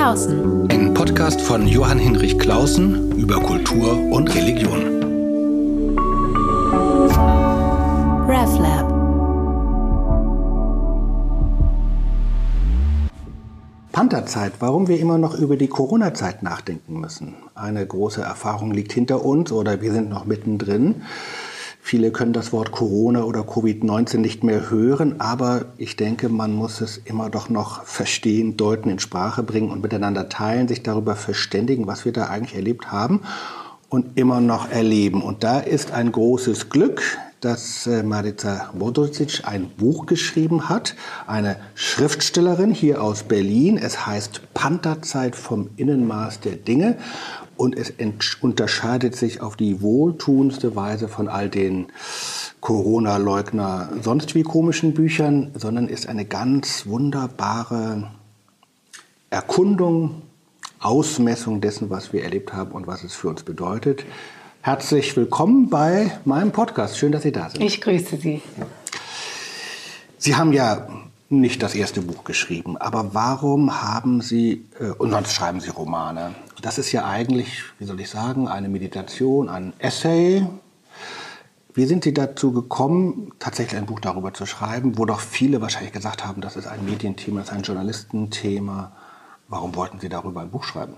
Klausen. Ein Podcast von Johann Hinrich Clausen über Kultur und Religion. RevLab. Panther-Zeit, warum wir immer noch über die Corona-Zeit nachdenken müssen. Eine große Erfahrung liegt hinter uns oder wir sind noch mittendrin. Viele können das Wort Corona oder Covid-19 nicht mehr hören, aber ich denke, man muss es immer doch noch verstehen, deuten, in Sprache bringen und miteinander teilen, sich darüber verständigen, was wir da eigentlich erlebt haben und immer noch erleben. Und da ist ein großes Glück, dass Marica Bodricic ein Buch geschrieben hat, eine Schriftstellerin hier aus Berlin. Es heißt Panther-Zeit vom Innenmaß der Dinge. Und es unterscheidet sich auf die wohltuendste Weise von all den Corona-Leugner sonst wie komischen Büchern, sondern ist eine ganz wunderbare Erkundung, Ausmessung dessen, was wir erlebt haben und was es für uns bedeutet. Herzlich willkommen bei meinem Podcast. Schön, dass Sie da sind. Ich grüße Sie. Sie haben ja nicht das erste Buch geschrieben, aber warum haben Sie, und sonst schreiben Sie Romane, das ist ja eigentlich, wie soll ich sagen, eine Meditation, ein Essay. Wie sind Sie dazu gekommen, tatsächlich ein Buch darüber zu schreiben, wo doch viele wahrscheinlich gesagt haben, das ist ein Medienthema, das ist ein Journalistenthema. Warum wollten Sie darüber ein Buch schreiben?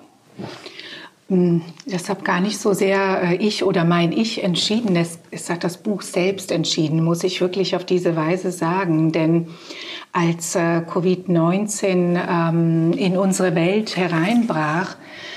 Das habe gar nicht so sehr ich oder mein Ich entschieden. Es hat das Buch selbst entschieden, muss ich wirklich auf diese Weise sagen. Denn als Covid-19 in unsere Welt hereinbrach,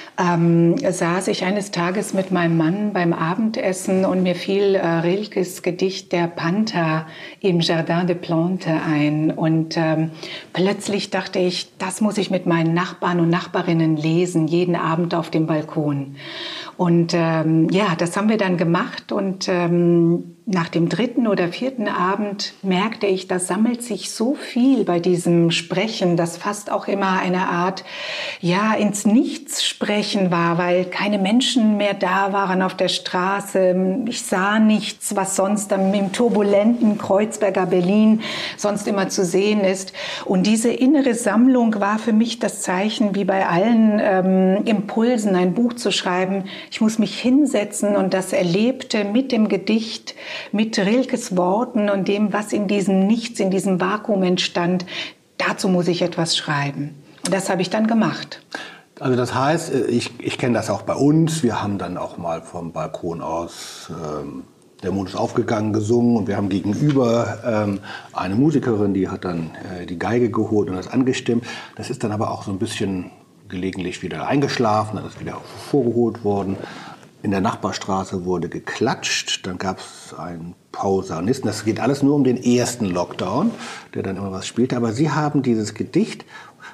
saß ich eines Tages mit meinem Mann beim Abendessen und mir fiel Rilkes Gedicht Der Panther im Jardin des Plantes ein. Und plötzlich dachte ich, das muss ich mit meinen Nachbarn und Nachbarinnen lesen, jeden Abend auf dem Balkon. Und ja, das haben wir dann gemacht und nach dem 3. oder 4. Abend merkte ich, da sammelt sich so viel bei diesem Sprechen, das fast auch immer eine Art, ja, ins Nichts sprechen war, weil keine Menschen mehr da waren auf der Straße. Ich sah nichts, was sonst im turbulenten Kreuzberger Berlin sonst immer zu sehen ist. Und diese innere Sammlung war für mich das Zeichen, wie bei allen Impulsen, ein Buch zu schreiben. Ich muss mich hinsetzen und das Erlebte mit dem Gedicht, mit Rilkes Worten und dem, was in diesem Nichts, in diesem Vakuum entstand, dazu muss ich etwas schreiben. Und das habe ich dann gemacht. Also das heißt, ich kenne das auch bei uns. Wir haben dann auch mal vom Balkon aus Der Mond ist aufgegangen gesungen und wir haben gegenüber eine Musikerin, die hat dann die Geige geholt und das angestimmt. Das ist dann aber auch so ein bisschen gelegentlich wieder eingeschlafen, dann ist wieder vorgeholt worden. In der Nachbarstraße wurde geklatscht, dann gab es einen Pausanisten. Das geht alles nur um den ersten Lockdown, der dann immer was spielte. Aber Sie haben dieses Gedicht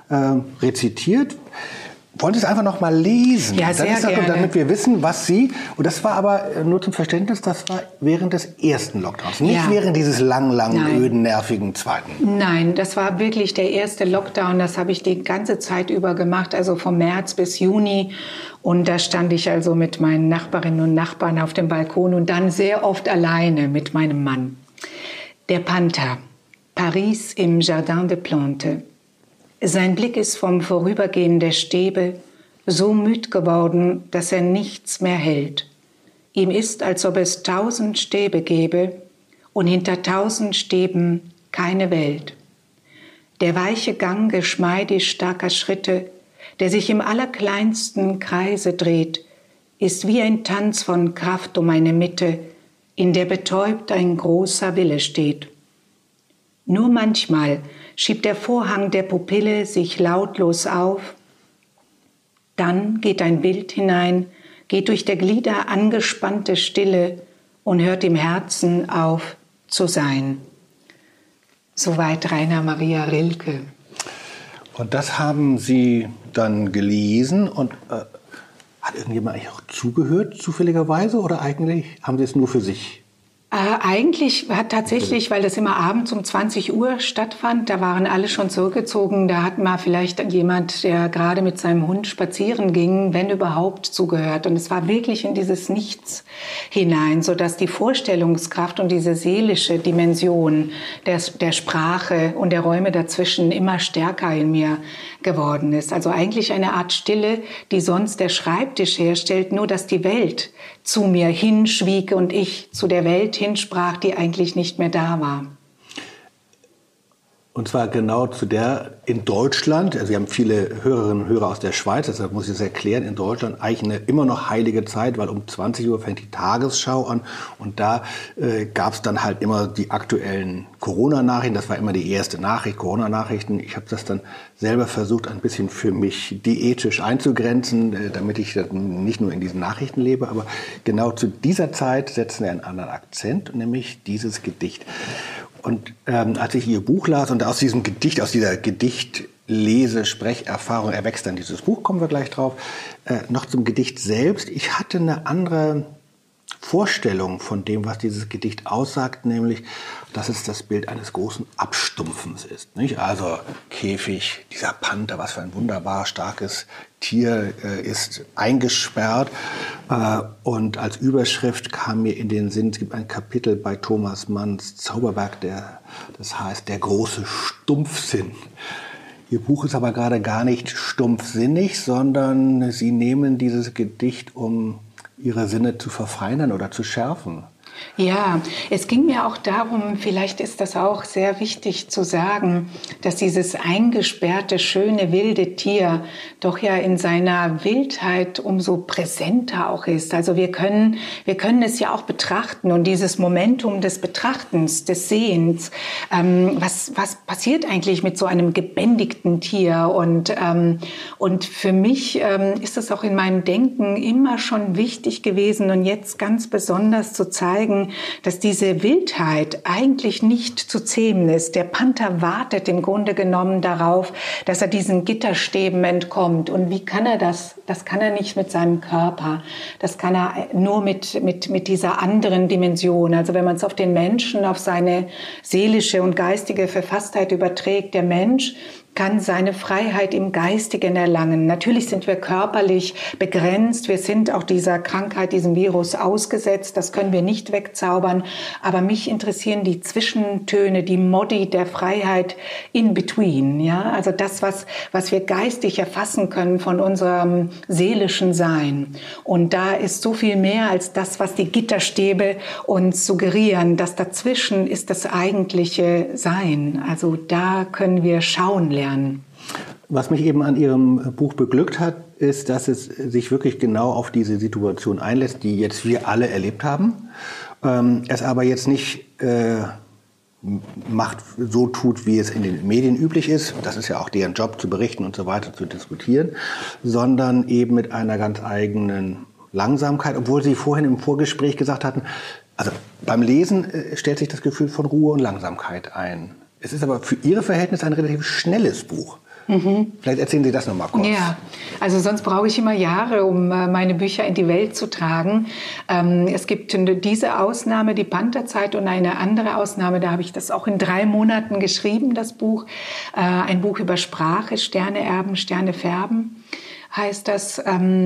rezitiert. Wollen Sie es einfach noch mal lesen? Ja, sehr gerne. Damit wir wissen, was Sie... Und das war aber nur zum Verständnis, das war während des ersten Lockdowns, nicht während dieses langen, öden, nervigen zweiten. Nein, das war wirklich der erste Lockdown. Das habe ich die ganze Zeit über gemacht, also vom März bis Juni. Und da stand ich also mit meinen Nachbarinnen und Nachbarn auf dem Balkon und dann sehr oft alleine mit meinem Mann. Der Panther, Paris im Jardin des Plantes. Sein Blick ist vom Vorübergehen der Stäbe so müd geworden, dass er nichts mehr hält. Ihm ist, als ob es 1000 Stäbe gäbe und hinter 1000 Stäben keine Welt. Der weiche Gang geschmeidig starker Schritte, der sich im allerkleinsten Kreise dreht, ist wie ein Tanz von Kraft um eine Mitte, in der betäubt ein großer Wille steht. Nur manchmal schiebt der Vorhang der Pupille sich lautlos auf. Dann geht ein Bild hinein, geht durch der Glieder angespannte Stille und hört im Herzen auf zu sein. Soweit Rainer Maria Rilke. Und das haben Sie dann gelesen und hat irgendjemand eigentlich auch zugehört, zufälligerweise, oder eigentlich haben Sie es nur für sich Eigentlich hat tatsächlich, weil das immer abends um 20 Uhr stattfand, da waren alle schon zurückgezogen, da hat mal vielleicht jemand, der gerade mit seinem Hund spazieren ging, wenn überhaupt, zugehört. Und es war wirklich in dieses Nichts hinein, sodass die Vorstellungskraft und diese seelische Dimension der Sprache und der Räume dazwischen immer stärker in mir geworden ist. Also eigentlich eine Art Stille, die sonst der Schreibtisch herstellt, nur dass die Welt zu mir hinschwieg und ich zu der Welt hinsprach, die eigentlich nicht mehr da war. Und zwar genau zu der in Deutschland, also wir haben viele Hörerinnen und Hörer aus der Schweiz, deshalb muss ich es erklären, in Deutschland eigentlich eine immer noch heilige Zeit, weil um 20 Uhr fängt die Tagesschau an und da gab es dann halt immer die aktuellen Corona-Nachrichten, das war immer die erste Nachricht, Corona-Nachrichten. Ich habe das dann selber versucht, ein bisschen für mich diätisch einzugrenzen, damit ich nicht nur in diesen Nachrichten lebe, aber genau zu dieser Zeit setzen wir einen anderen Akzent, nämlich dieses Gedicht. Und als ich Ihr Buch las und aus diesem Gedicht, aus dieser Gedicht-Lese-Sprecherfahrung erwächst dann dieses Buch, kommen wir gleich drauf, noch zum Gedicht selbst. Ich hatte eine andere Vorstellung von dem, was dieses Gedicht aussagt, nämlich, dass es das Bild eines großen Abstumpfens ist. Nicht? Also Käfig, dieser Panther, was für ein wunderbar starkes Tier, ist eingesperrt. Und als Überschrift kam mir in den Sinn, es gibt ein Kapitel bei Thomas Manns Zauberberg, das heißt Der große Stumpfsinn. Ihr Buch ist aber gerade gar nicht stumpfsinnig, sondern Sie nehmen dieses Gedicht, um Ihre Sinne zu verfeinern oder zu schärfen. Ja, es ging mir auch darum, vielleicht ist das auch sehr wichtig zu sagen, dass dieses eingesperrte, schöne, wilde Tier doch ja in seiner Wildheit umso präsenter auch ist. Also wir können es ja auch betrachten und dieses Momentum des Betrachtens, des Sehens, was passiert eigentlich mit so einem gebändigten Tier? Und für mich ist es auch in meinem Denken immer schon wichtig gewesen und jetzt ganz besonders zu zeigen, dass diese Wildheit eigentlich nicht zu zähmen ist. Der Panther wartet im Grunde genommen darauf, dass er diesen Gitterstäben entkommt. Und wie kann er das? Das kann er nicht mit seinem Körper. Das kann er nur mit dieser anderen Dimension. Also wenn man es auf den Menschen, auf seine seelische und geistige Verfasstheit überträgt, der Mensch kann seine Freiheit im Geistigen erlangen. Natürlich sind wir körperlich begrenzt. Wir sind auch dieser Krankheit, diesem Virus ausgesetzt. Das können wir nicht wegzaubern. Aber mich interessieren die Zwischentöne, die Modi der Freiheit in between. Ja, also das, was wir geistig erfassen können von unserem seelischen Sein. Und da ist so viel mehr als das, was die Gitterstäbe uns suggerieren. Das dazwischen ist das eigentliche Sein. Also da können wir schauen lernen. Was mich eben an Ihrem Buch beglückt hat, ist, dass es sich wirklich genau auf diese Situation einlässt, die jetzt wir alle erlebt haben. Es aber jetzt nicht so tut, wie es in den Medien üblich ist. Das ist ja auch deren Job, zu berichten und so weiter, zu diskutieren, sondern eben mit einer ganz eigenen Langsamkeit, obwohl Sie vorhin im Vorgespräch gesagt hatten, also beim Lesen stellt sich das Gefühl von Ruhe und Langsamkeit ein. Es ist aber für Ihre Verhältnisse ein relativ schnelles Buch. Vielleicht erzählen Sie das noch mal kurz. Ja, also sonst brauche ich immer Jahre, um meine Bücher in die Welt zu tragen. Es gibt diese Ausnahme, die Pantherzeit, und eine andere Ausnahme, da habe ich das auch in 3 Monaten geschrieben, das Buch. Ein Buch über Sprache, Sterne erben, Sterne färben. Heißt das,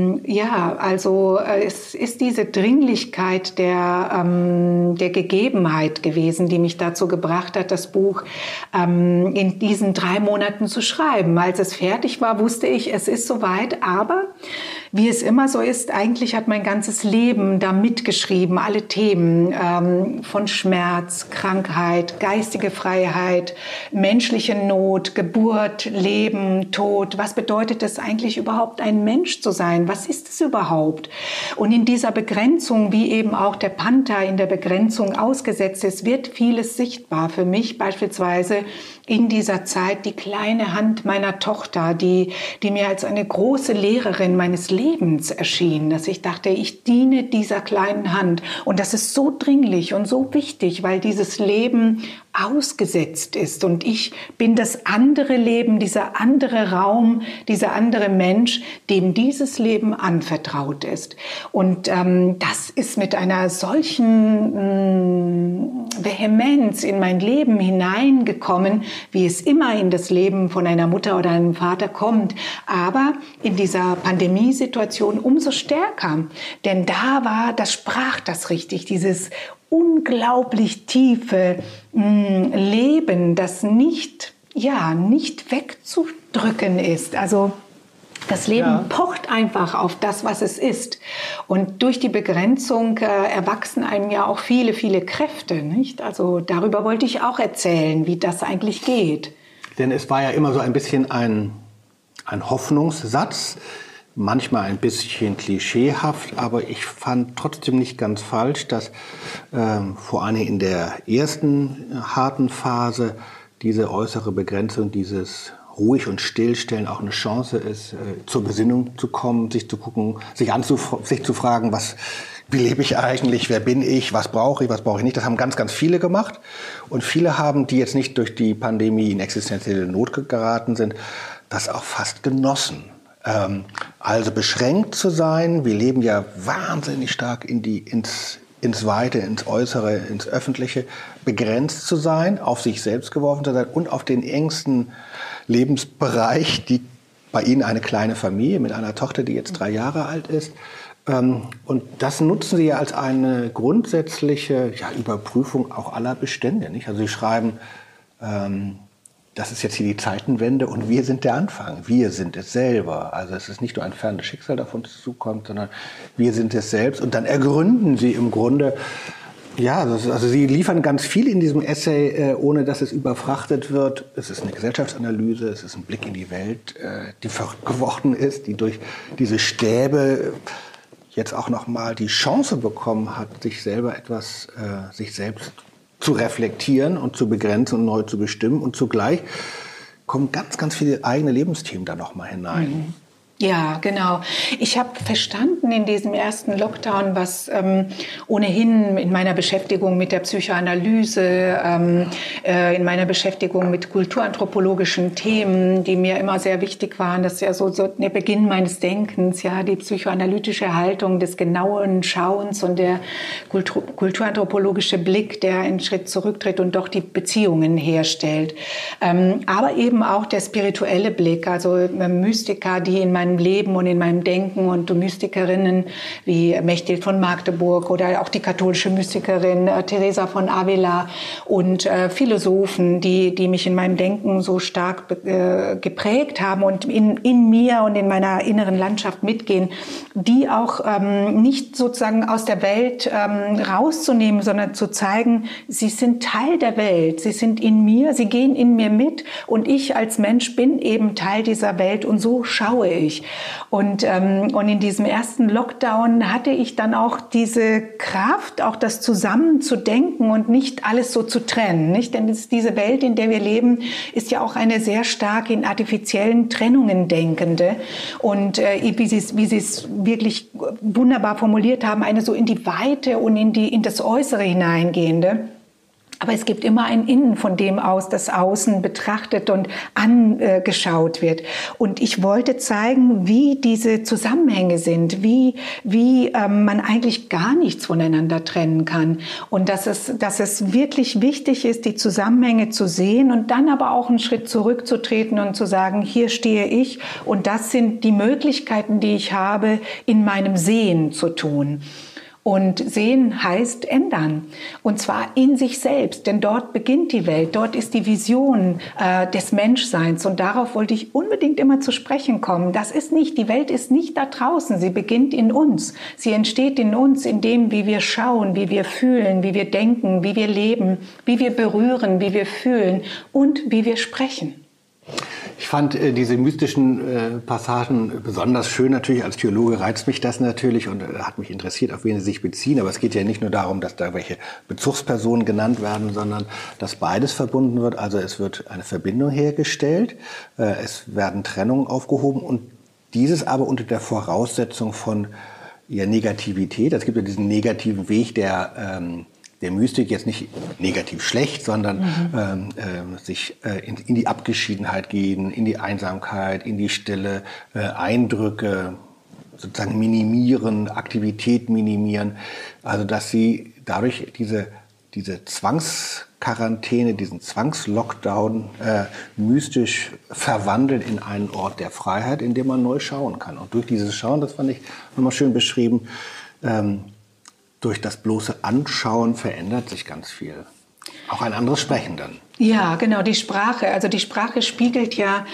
es ist diese Dringlichkeit der Gegebenheit gewesen, die mich dazu gebracht hat, das Buch in diesen 3 Monaten zu schreiben. Als es fertig war, wusste ich, es ist soweit, aber wie es immer so ist, eigentlich hat mein ganzes Leben da mitgeschrieben, alle Themen von Schmerz, Krankheit, geistige Freiheit, menschliche Not, Geburt, Leben, Tod. Was bedeutet es eigentlich überhaupt, ein Mensch zu sein? Was ist es überhaupt? Und in dieser Begrenzung, wie eben auch der Panther in der Begrenzung ausgesetzt ist, wird vieles sichtbar. Für mich beispielsweise in dieser Zeit die kleine Hand meiner Tochter, die mir als eine große Lehrerin meines Lebens erschien, dass ich dachte, ich diene dieser kleinen Hand. Und das ist so dringlich und so wichtig, weil dieses Leben ausgesetzt ist. Und ich bin das andere Leben, dieser andere Raum, dieser andere Mensch, dem dieses Leben anvertraut ist. Und das ist mit einer solchen Vehemenz in mein Leben hineingekommen, wie es immer in das Leben von einer Mutter oder einem Vater kommt. Aber in dieser Pandemiesituation umso stärker. Denn das sprach das richtig, dieses unglaublich tiefe Leben, das nicht wegzudrücken ist. Also das Leben pocht einfach auf das, was es ist. Und durch die Begrenzung erwachsen einem ja auch viele, viele Kräfte, nicht? Also darüber wollte ich auch erzählen, wie das eigentlich geht. Denn es war ja immer so ein bisschen ein Hoffnungssatz, manchmal ein bisschen klischeehaft, aber ich fand trotzdem nicht ganz falsch, dass vor allem in der ersten harten Phase diese äußere Begrenzung, dieses ruhig und stillstellen auch eine Chance ist, zur Besinnung zu kommen, sich zu gucken, sich zu fragen, wie lebe ich eigentlich, wer bin ich, was brauche ich nicht. Das haben ganz, ganz viele gemacht. Und viele haben, die jetzt nicht durch die Pandemie in existenzielle Not geraten sind, das auch fast genossen. Also beschränkt zu sein. Wir leben ja wahnsinnig stark ins Weite, ins Äußere, ins Öffentliche. Begrenzt zu sein, auf sich selbst geworfen zu sein und auf den engsten Lebensbereich, die bei Ihnen eine kleine Familie mit einer Tochter, die jetzt 3 Jahre alt ist. Und das nutzen Sie ja als eine grundsätzliche Überprüfung auch aller Bestände, nicht? Also Sie schreiben, das ist jetzt hier die Zeitenwende und wir sind der Anfang. Wir sind es selber. Also es ist nicht nur ein fernes Schicksal, das auf uns zukommt, sondern wir sind es selbst. Und dann ergründen Sie im Grunde, also Sie liefern ganz viel in diesem Essay, ohne dass es überfrachtet wird. Es ist eine Gesellschaftsanalyse, es ist ein Blick in die Welt, die verrückt geworden ist, die durch diese Stäbe jetzt auch noch mal die Chance bekommen hat, sich selbst zu reflektieren und zu begrenzen und neu zu bestimmen. Und zugleich kommen ganz, ganz viele eigene Lebensthemen da noch mal hinein. Mhm. Ja, genau. Ich habe verstanden in diesem ersten Lockdown, was ohnehin in meiner Beschäftigung mit der Psychoanalyse, in meiner Beschäftigung mit kulturanthropologischen Themen, die mir immer sehr wichtig waren, das ist ja so der Beginn meines Denkens, ja, die psychoanalytische Haltung des genauen Schauens und der kulturanthropologische Blick, der einen Schritt zurücktritt und doch die Beziehungen herstellt. Aber eben auch der spirituelle Blick, also Mystiker, die in meinem Leben und in meinem Denken und Mystikerinnen wie Mechthild von Magdeburg oder auch die katholische Mystikerin Teresa von Avila und Philosophen, die mich in meinem Denken so stark geprägt haben und in mir und in meiner inneren Landschaft mitgehen, die auch nicht sozusagen aus der Welt rauszunehmen, sondern zu zeigen, sie sind Teil der Welt, sie sind in mir, sie gehen in mir mit und ich als Mensch bin eben Teil dieser Welt und so schaue ich. Und in diesem ersten Lockdown hatte ich dann auch diese Kraft, auch das zusammen zu denken und nicht alles so zu trennen, nicht? Denn diese Welt, in der wir leben, ist ja auch eine sehr stark in artifiziellen Trennungen denkende. Und wie Sie es wirklich wunderbar formuliert haben, eine so in die Weite und in das Äußere hineingehende. Aber es gibt immer ein Innen, von dem aus das Außen betrachtet und angeschaut wird. Und ich wollte zeigen, wie diese Zusammenhänge sind, wie man eigentlich gar nichts voneinander trennen kann. Und dass es wirklich wichtig ist, die Zusammenhänge zu sehen und dann aber auch einen Schritt zurückzutreten und zu sagen, hier stehe ich und das sind die Möglichkeiten, die ich habe, in meinem Sehen zu tun. Und sehen heißt ändern. Und zwar in sich selbst, denn dort beginnt die Welt, dort ist die Vision des Menschseins. Und darauf wollte ich unbedingt immer zu sprechen kommen. Die Welt ist nicht da draußen, sie beginnt in uns. Sie entsteht in uns, in dem, wie wir schauen, wie wir fühlen, wie wir denken, wie wir leben, wie wir berühren, wie wir fühlen und wie wir sprechen. Ich fand diese mystischen Passagen besonders schön. Natürlich als Theologe reizt mich das natürlich und hat mich interessiert, auf wen sie sich beziehen. Aber es geht ja nicht nur darum, dass da welche Bezugspersonen genannt werden, sondern dass beides verbunden wird. Also es wird eine Verbindung hergestellt, es werden Trennungen aufgehoben und dieses aber unter der Voraussetzung von Negativität. Es gibt ja diesen negativen Weg der der Mystik jetzt nicht negativ schlecht, sondern sich in die Abgeschiedenheit gehen, in die Einsamkeit, in die Stille, Eindrücke sozusagen minimieren, Aktivität minimieren. Also dass sie dadurch diese Zwangsquarantäne, diesen Zwangslockdown mystisch verwandeln in einen Ort der Freiheit, in dem man neu schauen kann. Und durch dieses Schauen, das fand ich nochmal schön beschrieben, durch das bloße Anschauen verändert sich ganz viel. Auch ein anderes Sprechen dann. Ja, genau, die Sprache. Also die Sprache spiegelt ja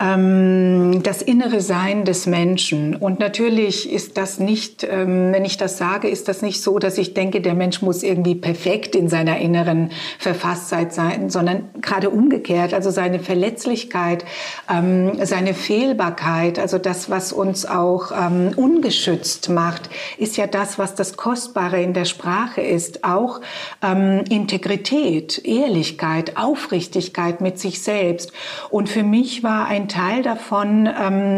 das innere Sein des Menschen. Und natürlich ist das nicht, wenn ich das sage, ist das nicht so, dass ich denke, der Mensch muss irgendwie perfekt in seiner inneren Verfasstheit sein, sondern gerade umgekehrt. Also seine Verletzlichkeit, seine Fehlbarkeit, also das, was uns auch ungeschützt macht, ist ja das, was das Kostbare in der Sprache ist. Auch Integrität, Ehrlichkeit, Aufrichtigkeit mit sich selbst. Und für mich war ein Teil davon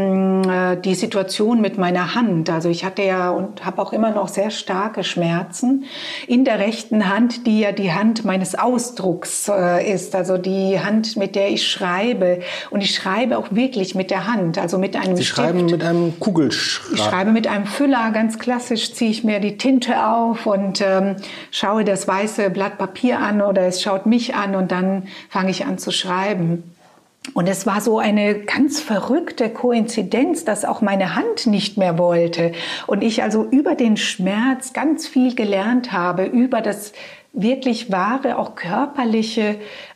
die Situation mit meiner Hand. Also ich hatte ja und habe auch immer noch sehr starke Schmerzen in der rechten Hand, die ja die Hand meines Ausdrucks ist. Also die Hand, mit der ich schreibe. Und ich schreibe auch wirklich mit der Hand, also mit einem Sie Stift. schreiben mit einem Kugelschreiber? Ich schreibe mit einem Füller, ganz klassisch ziehe ich mir die Tinte auf und schaue das weiße Blatt Papier an oder es schaut mich an und dann fange ich an zu schreiben. Und es war so eine ganz verrückte Koinzidenz, dass auch meine Hand nicht mehr wollte. Und ich also über den Schmerz ganz viel gelernt habe, über das wirklich wahre, auch körperliche,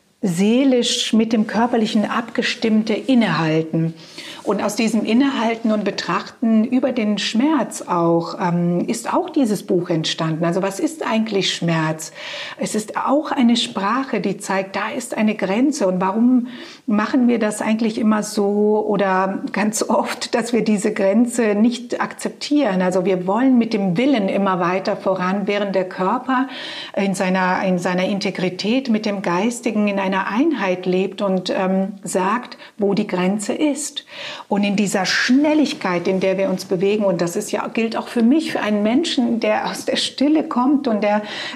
seelisch mit dem Körperlichen abgestimmte Innehalten. Und aus diesem Innehalten und Betrachten über den Schmerz auch ist auch dieses Buch entstanden. Also was ist eigentlich Schmerz? Es ist auch eine Sprache, die zeigt, da ist eine Grenze. Und warum machen wir das eigentlich immer so oder ganz oft, dass wir diese Grenze nicht akzeptieren? Also wir wollen mit dem Willen immer weiter voran, während der Körper in seiner Integrität mit dem Geistigen in einer Einheit lebt und sagt, wo die Grenze ist. Und in dieser Schnelligkeit, in der wir uns bewegen, und das ist ja, gilt auch für mich, für einen Menschen, der aus der Stille kommt und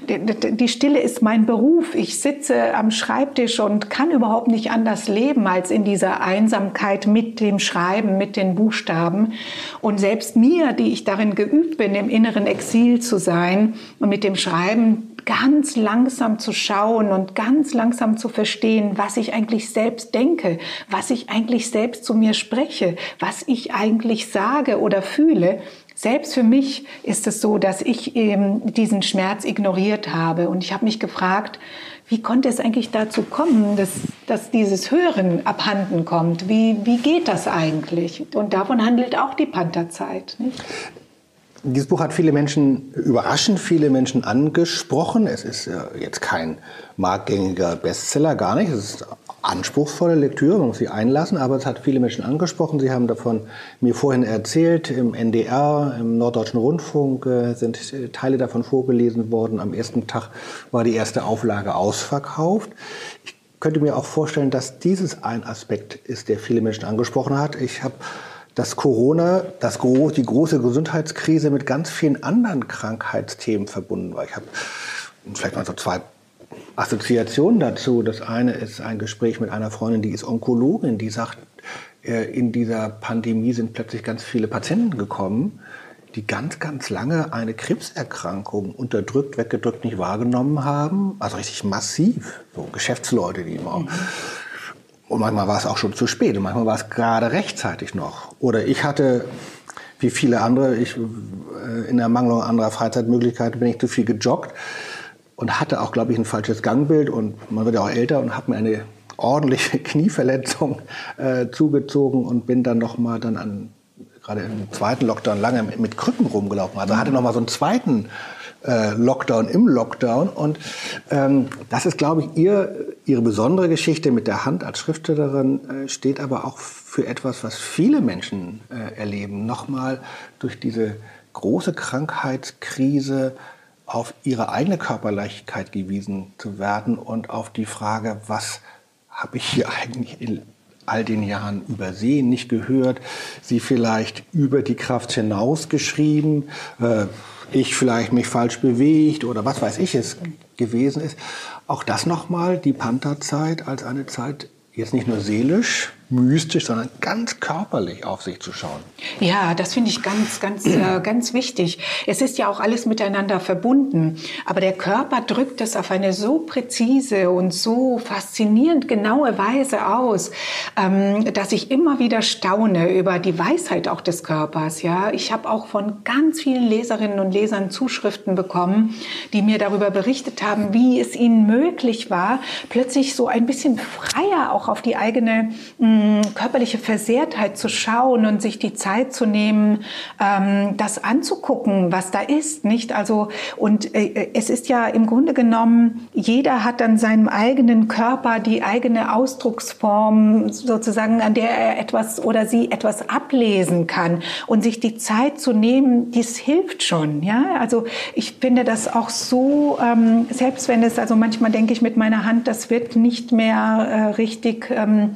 die Stille ist mein Beruf. Ich sitze am Schreibtisch und kann überhaupt nicht anders leben als in dieser Einsamkeit mit dem Schreiben, mit den Buchstaben. Und selbst mir, die ich darin geübt bin, im inneren Exil zu sein und mit dem Schreiben ganz langsam zu schauen und ganz langsam zu verstehen, was ich eigentlich selbst denke, was ich eigentlich selbst zu mir spreche, was ich eigentlich sage oder fühle. Selbst für mich ist es so, dass ich diesen Schmerz ignoriert habe. Und ich habe mich gefragt, wie konnte es eigentlich dazu kommen, dass dieses Hören abhanden kommt? Wie geht das eigentlich? Und davon handelt auch die Pantherzeit, nicht? Dieses Buch hat überraschend viele Menschen angesprochen. Es ist jetzt kein marktgängiger Bestseller, gar nicht. Es ist anspruchsvolle Lektüre, man muss sich einlassen, aber es hat viele Menschen angesprochen. Sie haben davon mir vorhin erzählt, im NDR, im Norddeutschen Rundfunk sind Teile davon vorgelesen worden. Am ersten Tag war die erste Auflage ausverkauft. Ich könnte mir auch vorstellen, dass dieses ein Aspekt ist, der viele Menschen angesprochen hat. Ich habe dass Corona, die große Gesundheitskrise mit ganz vielen anderen Krankheitsthemen verbunden war. Ich habe vielleicht mal so zwei Assoziationen dazu. Das eine ist ein Gespräch mit einer Freundin, die ist Onkologin, die sagt, in dieser Pandemie sind plötzlich ganz viele Patienten gekommen, die ganz, ganz lange eine Krebserkrankung unterdrückt, weggedrückt, nicht wahrgenommen haben. Also richtig massiv. So Geschäftsleute, die immer... Und manchmal war es auch schon zu spät und manchmal war es gerade rechtzeitig noch. Oder ich hatte, wie viele andere, in der Mangelung anderer Freizeitmöglichkeiten bin ich zu viel gejoggt und hatte auch, glaube ich, ein falsches Gangbild und man wird ja auch älter und habe mir eine ordentliche Knieverletzung zugezogen und bin dann nochmal gerade im zweiten Lockdown lange mit Krücken rumgelaufen. Also hatte nochmal so einen zweiten Lockdown im Lockdown. Und das ist, glaube ich, ihre besondere Geschichte mit der Hand als Schriftstellerin steht aber auch für etwas, was viele Menschen erleben. Nochmal durch diese große Krankheitskrise auf ihre eigene Körperlichkeit gewiesen zu werden und auf die Frage, was habe ich hier eigentlich in all den Jahren übersehen, nicht gehört, sie vielleicht über die Kraft hinaus geschrieben. ich vielleicht mich falsch bewegt oder was weiß ich es gewesen ist. Auch das nochmal, die Panther-Zeit als eine Zeit, jetzt nicht nur seelisch, mystisch, sondern ganz körperlich auf sich zu schauen. Ja, das finde ich ganz wichtig. Es ist ja auch alles miteinander verbunden. Aber der Körper drückt es auf eine so präzise und so faszinierend genaue Weise aus, dass ich immer wieder staune über die Weisheit auch des Körpers. Ja, ich habe auch von ganz vielen Leserinnen und Lesern Zuschriften bekommen, die mir darüber berichtet haben, wie es ihnen möglich war, plötzlich so ein bisschen freier auch auf die eigene körperliche Versehrtheit zu schauen und sich die Zeit zu nehmen, das anzugucken, was da ist, nicht? Also, und es ist ja im Grunde genommen, jeder hat an seinem eigenen Körper die eigene Ausdrucksform sozusagen, an der er etwas oder sie etwas ablesen kann, und sich die Zeit zu nehmen, dies hilft schon, ja? Also, ich finde das auch so, selbst wenn es, also manchmal denke ich mit meiner Hand, das wird nicht mehr richtig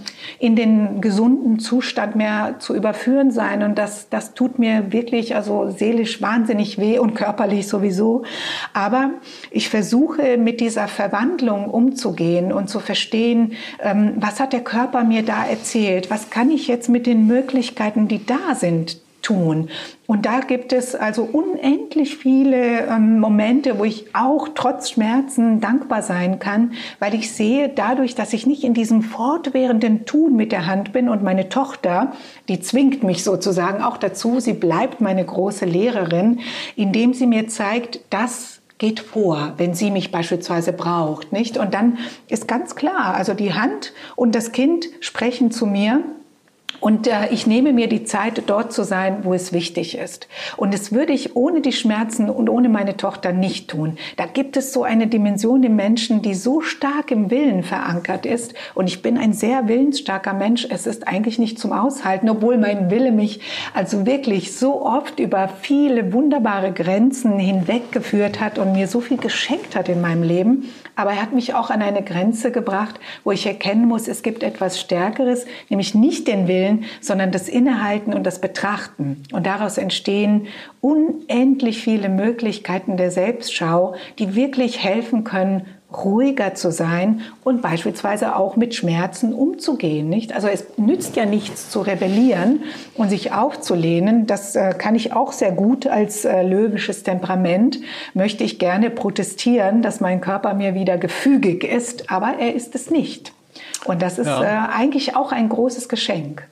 in den gesunden Zustand mehr zu überführen sein. Und das tut mir wirklich, also seelisch wahnsinnig weh und körperlich sowieso. Aber ich versuche mit dieser Verwandlung umzugehen und zu verstehen, was hat der Körper mir da erzählt? Was kann ich jetzt mit den Möglichkeiten, die da sind, tun? Und da gibt es also unendlich viele Momente, wo ich auch trotz Schmerzen dankbar sein kann, weil ich sehe, dadurch, dass ich nicht in diesem fortwährenden Tun mit der Hand bin, und meine Tochter, die zwingt mich sozusagen auch dazu, sie bleibt meine große Lehrerin, indem sie mir zeigt, das geht vor, wenn sie mich beispielsweise braucht, nicht? Und dann ist ganz klar, also die Hand und das Kind sprechen zu mir. Und ich nehme mir die Zeit, dort zu sein, wo es wichtig ist. Und das würde ich ohne die Schmerzen und ohne meine Tochter nicht tun. Da gibt es so eine Dimension im Menschen, die so stark im Willen verankert ist. Und ich bin ein sehr willensstarker Mensch. Es ist eigentlich nicht zum Aushalten, obwohl mein Wille mich also wirklich so oft über viele wunderbare Grenzen hinweggeführt hat und mir so viel geschenkt hat in meinem Leben. Aber er hat mich auch an eine Grenze gebracht, wo ich erkennen muss, es gibt etwas Stärkeres, nämlich nicht den Willen, sondern das Innehalten und das Betrachten. Und daraus entstehen unendlich viele Möglichkeiten der Selbstschau, die wirklich helfen können, ruhiger zu sein und beispielsweise auch mit Schmerzen umzugehen, nicht? Also es nützt ja nichts zu rebellieren und sich aufzulehnen. Das kann ich auch sehr gut als löwisches Temperament. Möchte ich gerne protestieren, dass mein Körper mir wieder gefügig ist, aber er ist es nicht. Und das ist eigentlich auch ein großes Geschenk.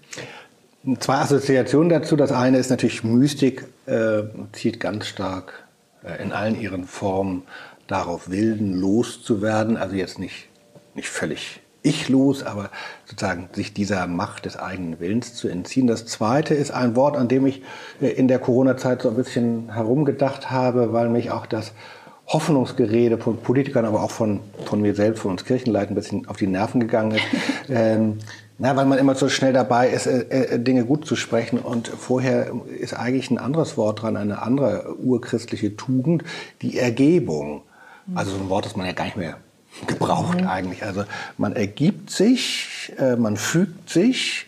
Zwei Assoziationen dazu. Das eine ist natürlich, Mystik zielt ganz stark in allen ihren Formen darauf, willenlos zu werden. Also jetzt nicht völlig ichlos, aber sozusagen sich dieser Macht des eigenen Willens zu entziehen. Das zweite ist ein Wort, an dem ich in der Corona-Zeit so ein bisschen herumgedacht habe, weil mich auch das Hoffnungsgerede von Politikern, aber auch von mir selbst, von uns Kirchenleitern ein bisschen auf die Nerven gegangen ist. Weil man immer so schnell dabei ist, Dinge gut zu sprechen. Und vorher ist eigentlich ein anderes Wort dran, eine andere urchristliche Tugend, die Ergebung. Also so ein Wort, das man ja gar nicht mehr gebraucht eigentlich. Also man ergibt sich, man fügt sich.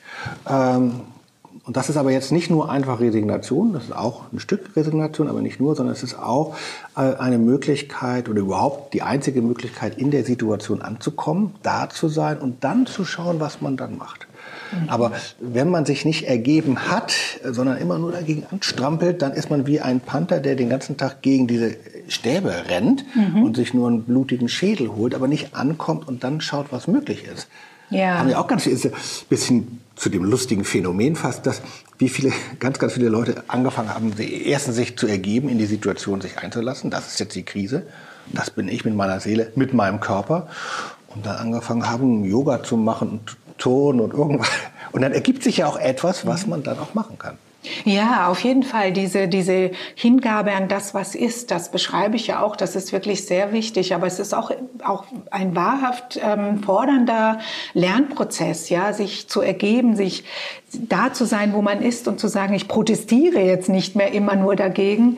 Und das ist aber jetzt nicht nur einfach Resignation, das ist auch ein Stück Resignation, aber nicht nur, sondern es ist auch eine Möglichkeit oder überhaupt die einzige Möglichkeit, in der Situation anzukommen, da zu sein und dann zu schauen, was man dann macht. Aber wenn man sich nicht ergeben hat, sondern immer nur dagegen anstrampelt, dann ist man wie ein Panther, der den ganzen Tag gegen diese Stäbe rennt und sich nur einen blutigen Schädel holt, aber nicht ankommt und dann schaut, was möglich ist. Ja. Haben wir auch ganz viel, ist ein bisschen zu dem lustigen Phänomen fast, dass ganz viele Leute angefangen haben, erstens sich zu ergeben, in die Situation sich einzulassen. Das ist jetzt die Krise. Das bin ich mit meiner Seele, mit meinem Körper. Und dann angefangen haben, Yoga zu machen und Turnen und irgendwas. Und dann ergibt sich ja auch etwas, was man dann auch machen kann. Ja, auf jeden Fall. Diese Hingabe an das, was ist, das beschreibe ich ja auch. Das ist wirklich sehr wichtig. Aber es ist auch ein wahrhaft fordernder Lernprozess, ja, sich zu ergeben, sich da zu sein, wo man ist und zu sagen, ich protestiere jetzt nicht mehr immer nur dagegen.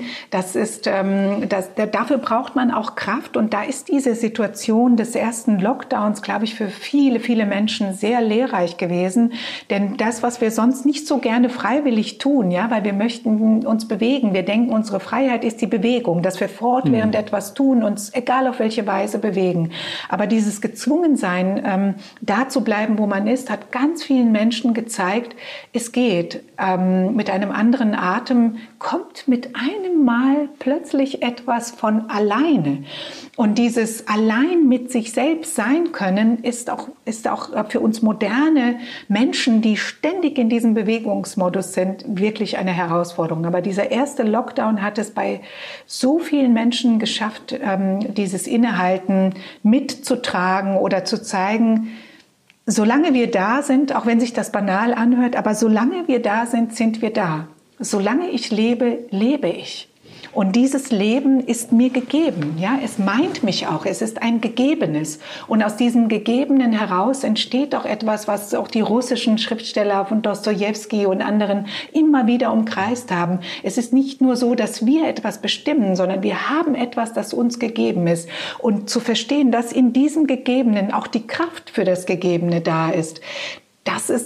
Dafür braucht man auch Kraft. Und da ist diese Situation des ersten Lockdowns, glaube ich, für viele, viele Menschen sehr lehrreich gewesen. Denn das, was wir sonst nicht so gerne freiwillig tun, tun, ja, weil wir möchten uns bewegen. Wir denken, unsere Freiheit ist die Bewegung, dass wir fortwährend etwas tun, uns egal auf welche Weise bewegen. Aber dieses Gezwungensein, da zu bleiben, wo man ist, hat ganz vielen Menschen gezeigt, es geht. Mit einem anderen Atem kommt mit einem Mal plötzlich etwas von alleine. Und dieses allein mit sich selbst sein können, ist auch für uns moderne Menschen, die ständig in diesem Bewegungsmodus sind, wirklich eine Herausforderung. Aber dieser erste Lockdown hat es bei so vielen Menschen geschafft, dieses Innehalten mitzutragen oder zu zeigen, solange wir da sind, auch wenn sich das banal anhört, aber solange wir da sind, sind wir da. Solange ich lebe, lebe ich. Und dieses Leben ist mir gegeben. Ja? Es meint mich auch. Es ist ein Gegebenes. Und aus diesem Gegebenen heraus entsteht auch etwas, was auch die russischen Schriftsteller von Dostojewski und anderen immer wieder umkreist haben. Es ist nicht nur so, dass wir etwas bestimmen, sondern wir haben etwas, das uns gegeben ist. Und zu verstehen, dass in diesem Gegebenen auch die Kraft für das Gegebene da ist, das ist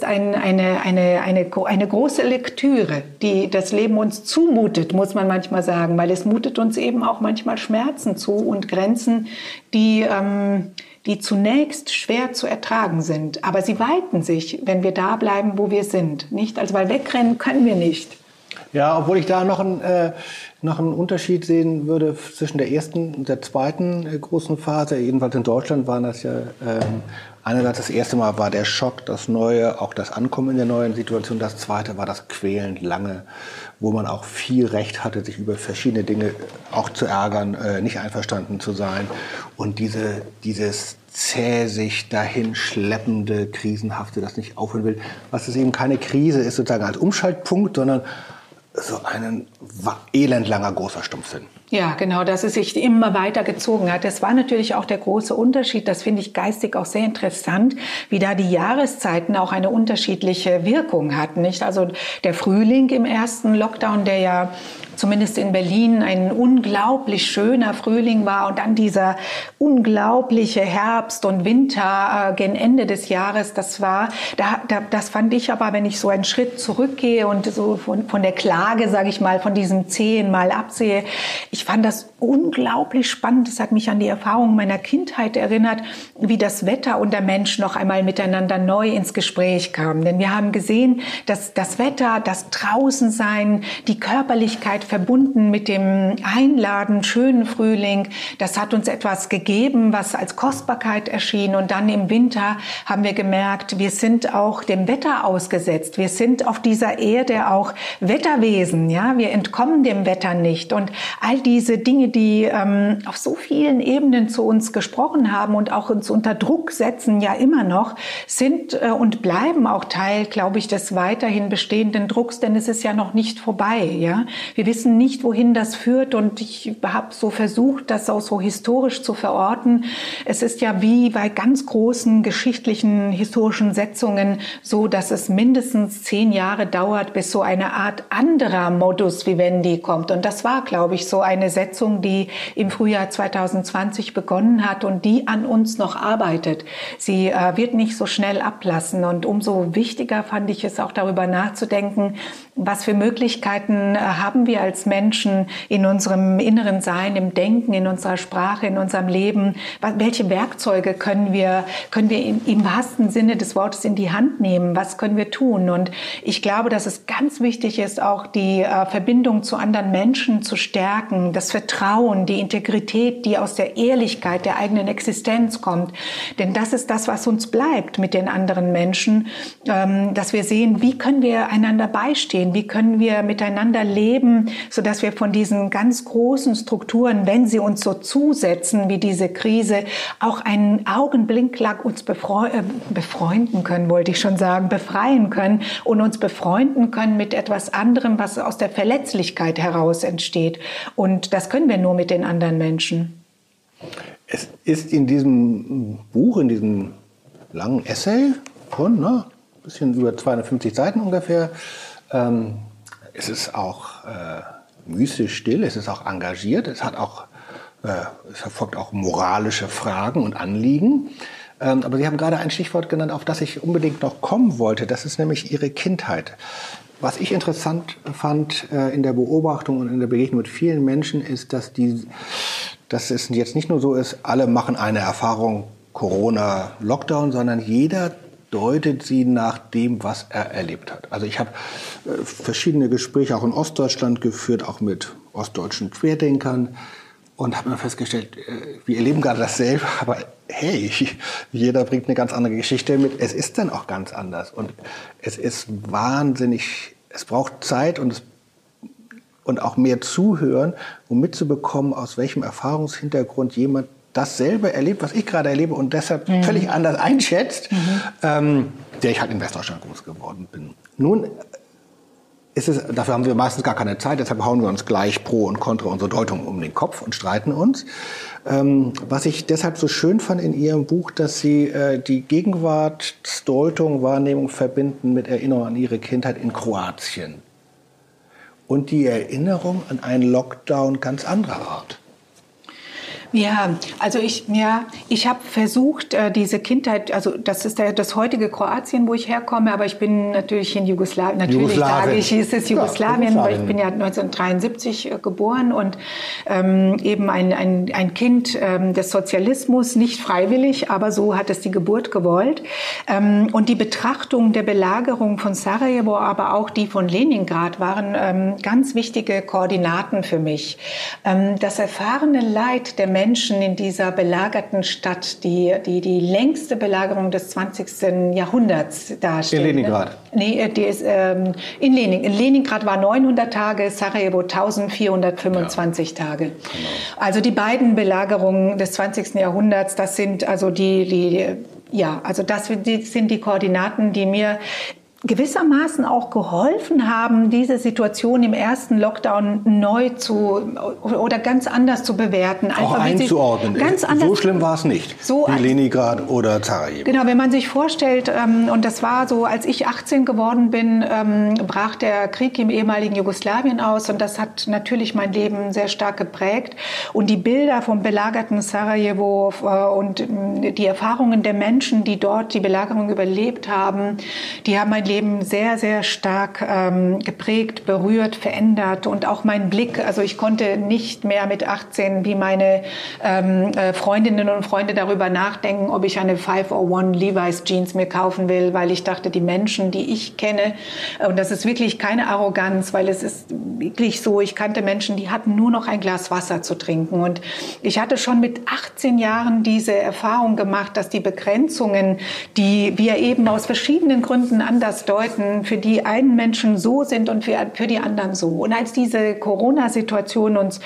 eine große Lektüre, die das Leben uns zumutet, muss man manchmal sagen, weil es mutet uns eben auch manchmal Schmerzen zu und Grenzen, die zunächst schwer zu ertragen sind. Aber sie weiten sich, wenn wir da bleiben, wo wir sind. Nicht? Also, weil wegrennen können wir nicht. Ja, obwohl ich da noch einen Unterschied sehen würde zwischen der ersten und der zweiten großen Phase. Jedenfalls in Deutschland waren das ja einerseits das erste Mal war der Schock, das Neue, auch das Ankommen in der neuen Situation. Das zweite war das quälend lange, wo man auch viel Recht hatte, sich über verschiedene Dinge auch zu ärgern, nicht einverstanden zu sein. Und dieses zäh sich dahin schleppende, krisenhafte, das nicht aufhören will, was es eben keine Krise ist sozusagen als Umschaltpunkt, sondern so ein elendlanger großer Stumpfsinn. Ja, genau, dass es sich immer weiter gezogen hat. Das war natürlich auch der große Unterschied. Das finde ich geistig auch sehr interessant, wie da die Jahreszeiten auch eine unterschiedliche Wirkung hatten, nicht? Also der Frühling im ersten Lockdown, der ja zumindest in Berlin ein unglaublich schöner Frühling war und dann dieser unglaubliche Herbst und Winter gen Ende des Jahres, das fand ich aber, wenn ich so einen Schritt zurückgehe und so von der Klage, sage ich mal, von diesem Zehen mal absehe, ich fand das unglaublich spannend. Das hat mich an die Erfahrung meiner Kindheit erinnert, wie das Wetter und der Mensch noch einmal miteinander neu ins Gespräch kamen. Denn wir haben gesehen, dass das Wetter, das Draußensein, die Körperlichkeit verbunden mit dem einladend schönen Frühling, das hat uns etwas gegeben, was als Kostbarkeit erschien. Und dann im Winter haben wir gemerkt, wir sind auch dem Wetter ausgesetzt. Wir sind auf dieser Erde auch Wetterwesen. Ja? Wir entkommen dem Wetter nicht. Und all diese Dinge, die auf so vielen Ebenen zu uns gesprochen haben und auch uns unter Druck setzen, ja immer noch, sind und bleiben auch Teil, glaube ich, des weiterhin bestehenden Drucks, denn es ist ja noch nicht vorbei. Ja? Wir wissen nicht, wohin das führt, und ich habe so versucht, das auch so historisch zu verorten. Es ist ja wie bei ganz großen geschichtlichen, historischen Setzungen so, dass es mindestens 10 Jahre dauert, bis so eine Art anderer Modus vivendi kommt. Und das war, glaube ich, so eine Setzung, die im Frühjahr 2020 begonnen hat und die an uns noch arbeitet. Sie wird nicht so schnell ablassen, und umso wichtiger fand ich es auch, darüber nachzudenken, was für Möglichkeiten haben wir als Menschen in unserem inneren Sein, im Denken, in unserer Sprache, in unserem Leben? Welche Werkzeuge können wir im wahrsten Sinne des Wortes in die Hand nehmen? Was können wir tun? Und ich glaube, dass es ganz wichtig ist, auch die Verbindung zu anderen Menschen zu stärken, das Vertrauen, die Integrität, die aus der Ehrlichkeit der eigenen Existenz kommt. Denn das ist das, was uns bleibt mit den anderen Menschen, dass wir sehen, wie können wir einander beistehen, wie können wir miteinander leben, sodass wir von diesen ganz großen Strukturen, wenn sie uns so zusetzen wie diese Krise, auch einen Augenblick lang uns befreunden können, wollte ich schon sagen, befreien können und uns befreunden können mit etwas anderem, was aus der Verletzlichkeit heraus entsteht. Und das können wir nur mit den anderen Menschen. Es ist in diesem Buch, in diesem langen Essay von ein bisschen über 250 Seiten ungefähr, es ist auch mystisch still, es ist auch engagiert, es verfolgt auch moralische Fragen und Anliegen. Aber Sie haben gerade ein Stichwort genannt, auf das ich unbedingt noch kommen wollte. Das ist nämlich Ihre Kindheit. Was ich interessant fand in der Beobachtung und in der Begegnung mit vielen Menschen ist, dass es jetzt nicht nur so ist, alle machen eine Erfahrung Corona, Lockdown, sondern jeder deutet sie nach dem, was er erlebt hat. Also ich habe verschiedene Gespräche auch in Ostdeutschland geführt, auch mit ostdeutschen Querdenkern und habe mir festgestellt, wir erleben gerade dasselbe, aber hey, jeder bringt eine ganz andere Geschichte mit. Es ist dann auch ganz anders und es ist wahnsinnig, es braucht Zeit und auch mehr Zuhören, um mitzubekommen, aus welchem Erfahrungshintergrund jemand dasselbe erlebt, was ich gerade erlebe und deshalb völlig anders einschätzt, der ich halt in Westdeutschland groß geworden bin. Nun dafür haben wir meistens gar keine Zeit, deshalb hauen wir uns gleich pro und contra unsere Deutung um den Kopf und streiten uns. Was ich deshalb so schön fand in Ihrem Buch, dass Sie die Gegenwartsdeutung, Wahrnehmung verbinden mit Erinnerung an Ihre Kindheit in Kroatien. Und die Erinnerung an einen Lockdown ganz anderer Art. Ja, also ich habe versucht, diese Kindheit, also das ist das heutige Kroatien, wo ich herkomme, aber ich bin natürlich in Jugoslawien. Natürlich sage ich, ist es Jugoslawien, weil ich bin ja 1973 geboren und eben ein Kind des Sozialismus, nicht freiwillig, aber so hat es die Geburt gewollt. Und die Betrachtung der Belagerung von Sarajevo, aber auch die von Leningrad waren ganz wichtige Koordinaten für mich. Das erfahrene Leid der Menschen in dieser belagerten Stadt, die längste Belagerung des 20. Jahrhunderts darstellt. In Leningrad? Nee, die ist in Leningrad war 900 Tage, Sarajevo 1425 Tage. Genau. Also die beiden Belagerungen des 20. Jahrhunderts, das sind also das sind die Koordinaten, die mir gewissermaßen auch geholfen haben, diese Situation im ersten Lockdown neu oder ganz anders zu bewerten. Einfach auch einzuordnen. Ganz anders. So schlimm war es nicht, so wie Leningrad oder Sarajevo. Genau, wenn man sich vorstellt, und das war so, als ich 18 geworden bin, brach der Krieg im ehemaligen Jugoslawien aus und das hat natürlich mein Leben sehr stark geprägt. Und die Bilder vom belagerten Sarajevo und die Erfahrungen der Menschen, die dort die Belagerung überlebt haben, die haben mein Leben sehr, sehr stark geprägt, berührt, verändert und auch mein Blick. Also ich konnte nicht mehr mit 18 wie meine Freundinnen und Freunde darüber nachdenken, ob ich eine 501 Levi's Jeans mir kaufen will, weil ich dachte, die Menschen, die ich kenne, und das ist wirklich keine Arroganz, weil es ist wirklich so, ich kannte Menschen, die hatten nur noch ein Glas Wasser zu trinken und ich hatte schon mit 18 Jahren diese Erfahrung gemacht, dass die Begrenzungen, die wir eben aus verschiedenen Gründen anders deuten, für die einen Menschen so sind und für die anderen so. Und als diese Corona-Situation uns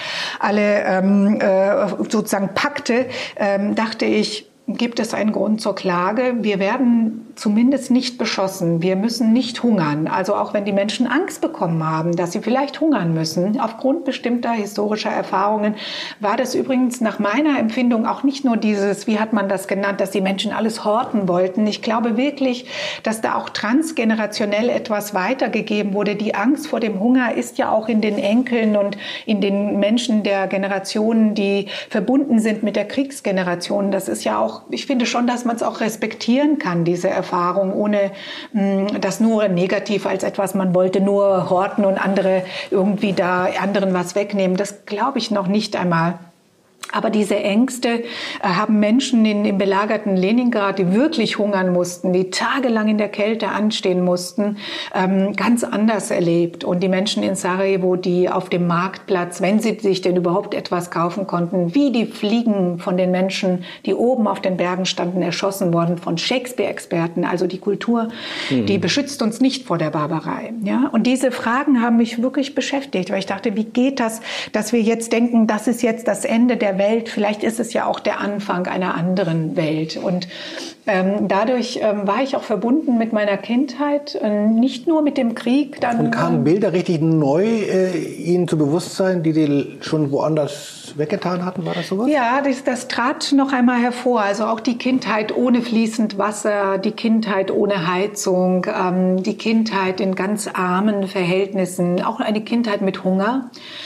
alle sozusagen packte, dachte ich, gibt es einen Grund zur Klage. Wir werden zumindest nicht beschossen. Wir müssen nicht hungern. Also auch wenn die Menschen Angst bekommen haben, dass sie vielleicht hungern müssen, aufgrund bestimmter historischer Erfahrungen, war das übrigens nach meiner Empfindung auch nicht nur dieses, wie hat man das genannt, dass die Menschen alles horten wollten. Ich glaube wirklich, dass da auch transgenerationell etwas weitergegeben wurde. Die Angst vor dem Hunger ist ja auch in den Enkeln und in den Menschen der Generationen, die verbunden sind mit der Kriegsgeneration. Das ist ja auch, ich finde schon, dass man es auch respektieren kann, diese Erfahrung, ohne das nur negativ als etwas, man wollte nur horten und andere irgendwie da anderen was wegnehmen. Das glaube ich noch nicht einmal. Aber diese Ängste haben Menschen im belagerten Leningrad, die wirklich hungern mussten, die tagelang in der Kälte anstehen mussten, ganz anders erlebt. Und die Menschen in Sarajevo, die auf dem Marktplatz, wenn sie sich denn überhaupt etwas kaufen konnten, wie die Fliegen von den Menschen, die oben auf den Bergen standen, erschossen worden von Shakespeare-Experten. Also die Kultur, die beschützt uns nicht vor der Barbarei. Ja? Und diese Fragen haben mich wirklich beschäftigt, weil ich dachte, wie geht das, dass wir jetzt denken, das ist jetzt das Ende der Welt, vielleicht ist es ja auch der Anfang einer anderen Welt. Und dadurch war ich auch verbunden mit meiner Kindheit, nicht nur mit dem Krieg. Und kamen Bilder richtig neu Ihnen zu Bewusstsein, die Sie schon woanders weggetan hatten? War das sowas? Ja, das trat noch einmal hervor. Also auch die Kindheit ohne fließend Wasser, die Kindheit ohne Heizung, die Kindheit in ganz armen Verhältnissen, auch eine Kindheit mit Hunger.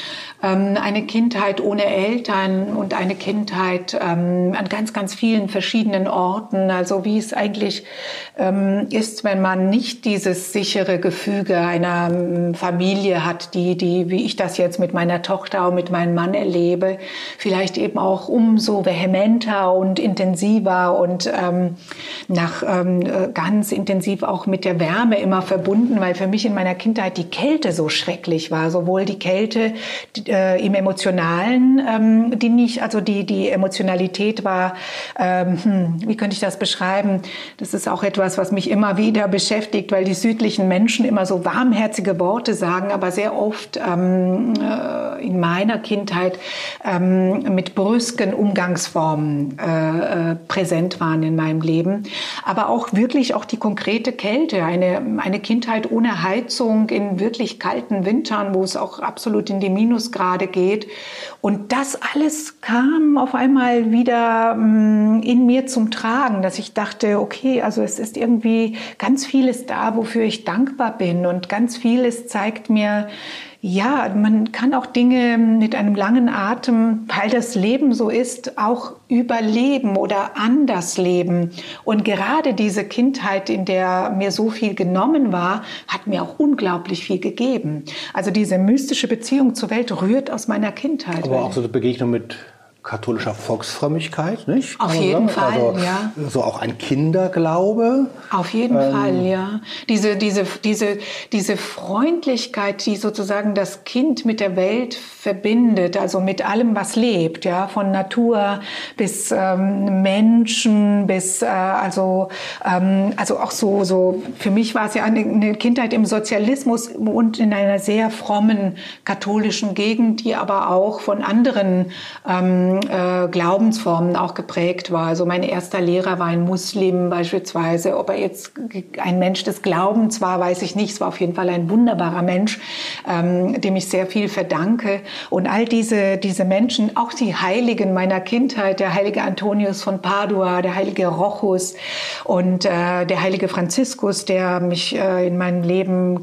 eine Kindheit ohne Eltern und eine Kindheit an ganz, ganz vielen verschiedenen Orten. Also wie es eigentlich ist, wenn man nicht dieses sichere Gefüge einer Familie hat, die, wie ich das jetzt mit meiner Tochter und mit meinem Mann erlebe, vielleicht eben auch umso vehementer und intensiver und ganz intensiv auch mit der Wärme immer verbunden, weil für mich in meiner Kindheit die Kälte so schrecklich war, sowohl die Kälte im Emotionalen, die Emotionalität war, wie könnte ich das beschreiben? Das ist auch etwas, was mich immer wieder beschäftigt, weil die südlichen Menschen immer so warmherzige Worte sagen, aber sehr oft in meiner Kindheit mit brüsken Umgangsformen präsent waren in meinem Leben. Aber auch wirklich auch die konkrete Kälte, eine Kindheit ohne Heizung in wirklich kalten Wintern, wo es auch absolut in die Minusgrade geht. Und das alles kam auf einmal wieder in mir zum Tragen, dass ich dachte, okay, also es ist irgendwie ganz vieles da, wofür ich dankbar bin. Und ganz vieles zeigt mir, ja, man kann auch Dinge mit einem langen Atem, weil das Leben so ist, auch überleben oder anders leben. Und gerade diese Kindheit, in der mir so viel genommen war, hat mir auch unglaublich viel gegeben. Also diese mystische Beziehung zur Welt rührt aus meiner Kindheit. Aber auch so eine Begegnung mit katholischer Volksfrömmigkeit, nicht? Auf jeden Fall, also, ja. So auch ein Kinderglaube. Auf jeden Fall, ja. Diese Freundlichkeit, die sozusagen das Kind mit der Welt verbindet, also mit allem, was lebt, ja, von Natur bis Menschen, bis also auch so. Für mich war es ja eine Kindheit im Sozialismus und in einer sehr frommen katholischen Gegend, die aber auch von anderen Glaubensformen auch geprägt war. Also mein erster Lehrer war ein Muslim beispielsweise. Ob er jetzt ein Mensch des Glaubens war, weiß ich nicht. Es war auf jeden Fall ein wunderbarer Mensch, dem ich sehr viel verdanke. Und all diese Menschen, auch die Heiligen meiner Kindheit, der heilige Antonius von Padua, der heilige Rochus und der heilige Franziskus, der mich in meinem Leben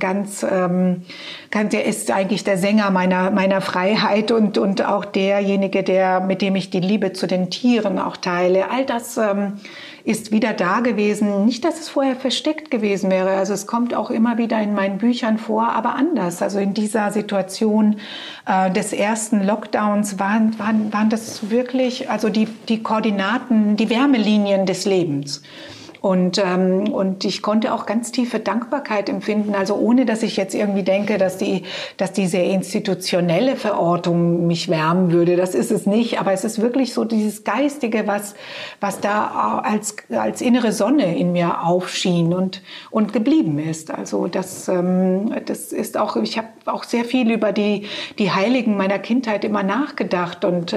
der ist eigentlich der Sänger meiner Freiheit und auch derjenige, mit dem ich die Liebe zu den Tieren auch teile. All das ist wieder da gewesen. Nicht, dass es vorher versteckt gewesen wäre. Also es kommt auch immer wieder in meinen Büchern vor, aber anders. Also in dieser Situation des ersten Lockdowns waren das wirklich, also die Koordinaten, die Wärmelinien des Lebens. Und ich konnte auch ganz tiefe Dankbarkeit empfinden, also ohne, dass ich jetzt irgendwie denke, dass diese institutionelle Verortung mich wärmen würde. Das ist es nicht, aber es ist wirklich so dieses Geistige, was da als innere Sonne in mir aufschien und geblieben ist. Also das ist auch, ich habe auch sehr viel über die Heiligen meiner Kindheit immer nachgedacht und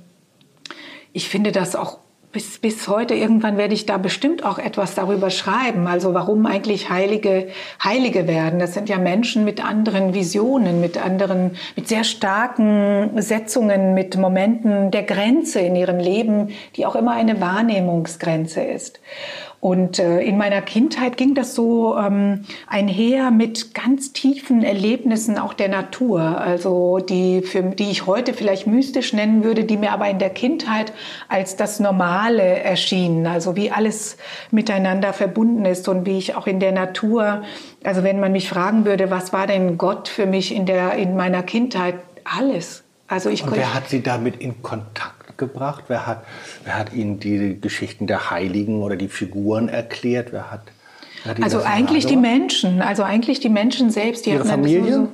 ich finde das auch bis heute, irgendwann werde ich da bestimmt auch etwas darüber schreiben. Also warum eigentlich Heilige werden. Das sind ja Menschen mit anderen Visionen, mit sehr starken Setzungen, mit Momenten der Grenze in ihrem Leben, die auch immer eine Wahrnehmungsgrenze ist. Und in meiner Kindheit ging das so einher mit ganz tiefen Erlebnissen auch der Natur, also die ich heute vielleicht mystisch nennen würde, die mir aber in der Kindheit als das Normale erschienen, also wie alles miteinander verbunden ist und wie ich auch in der Natur, also wenn man mich fragen würde, was war denn Gott für mich in meiner Kindheit? Alles. Also und wer hat Sie damit in Kontakt gebracht? Wer hat Ihnen die Geschichten der Heiligen oder die Figuren erklärt? Wer hat also eigentlich die Menschen, selbst. Die Ihre Familie?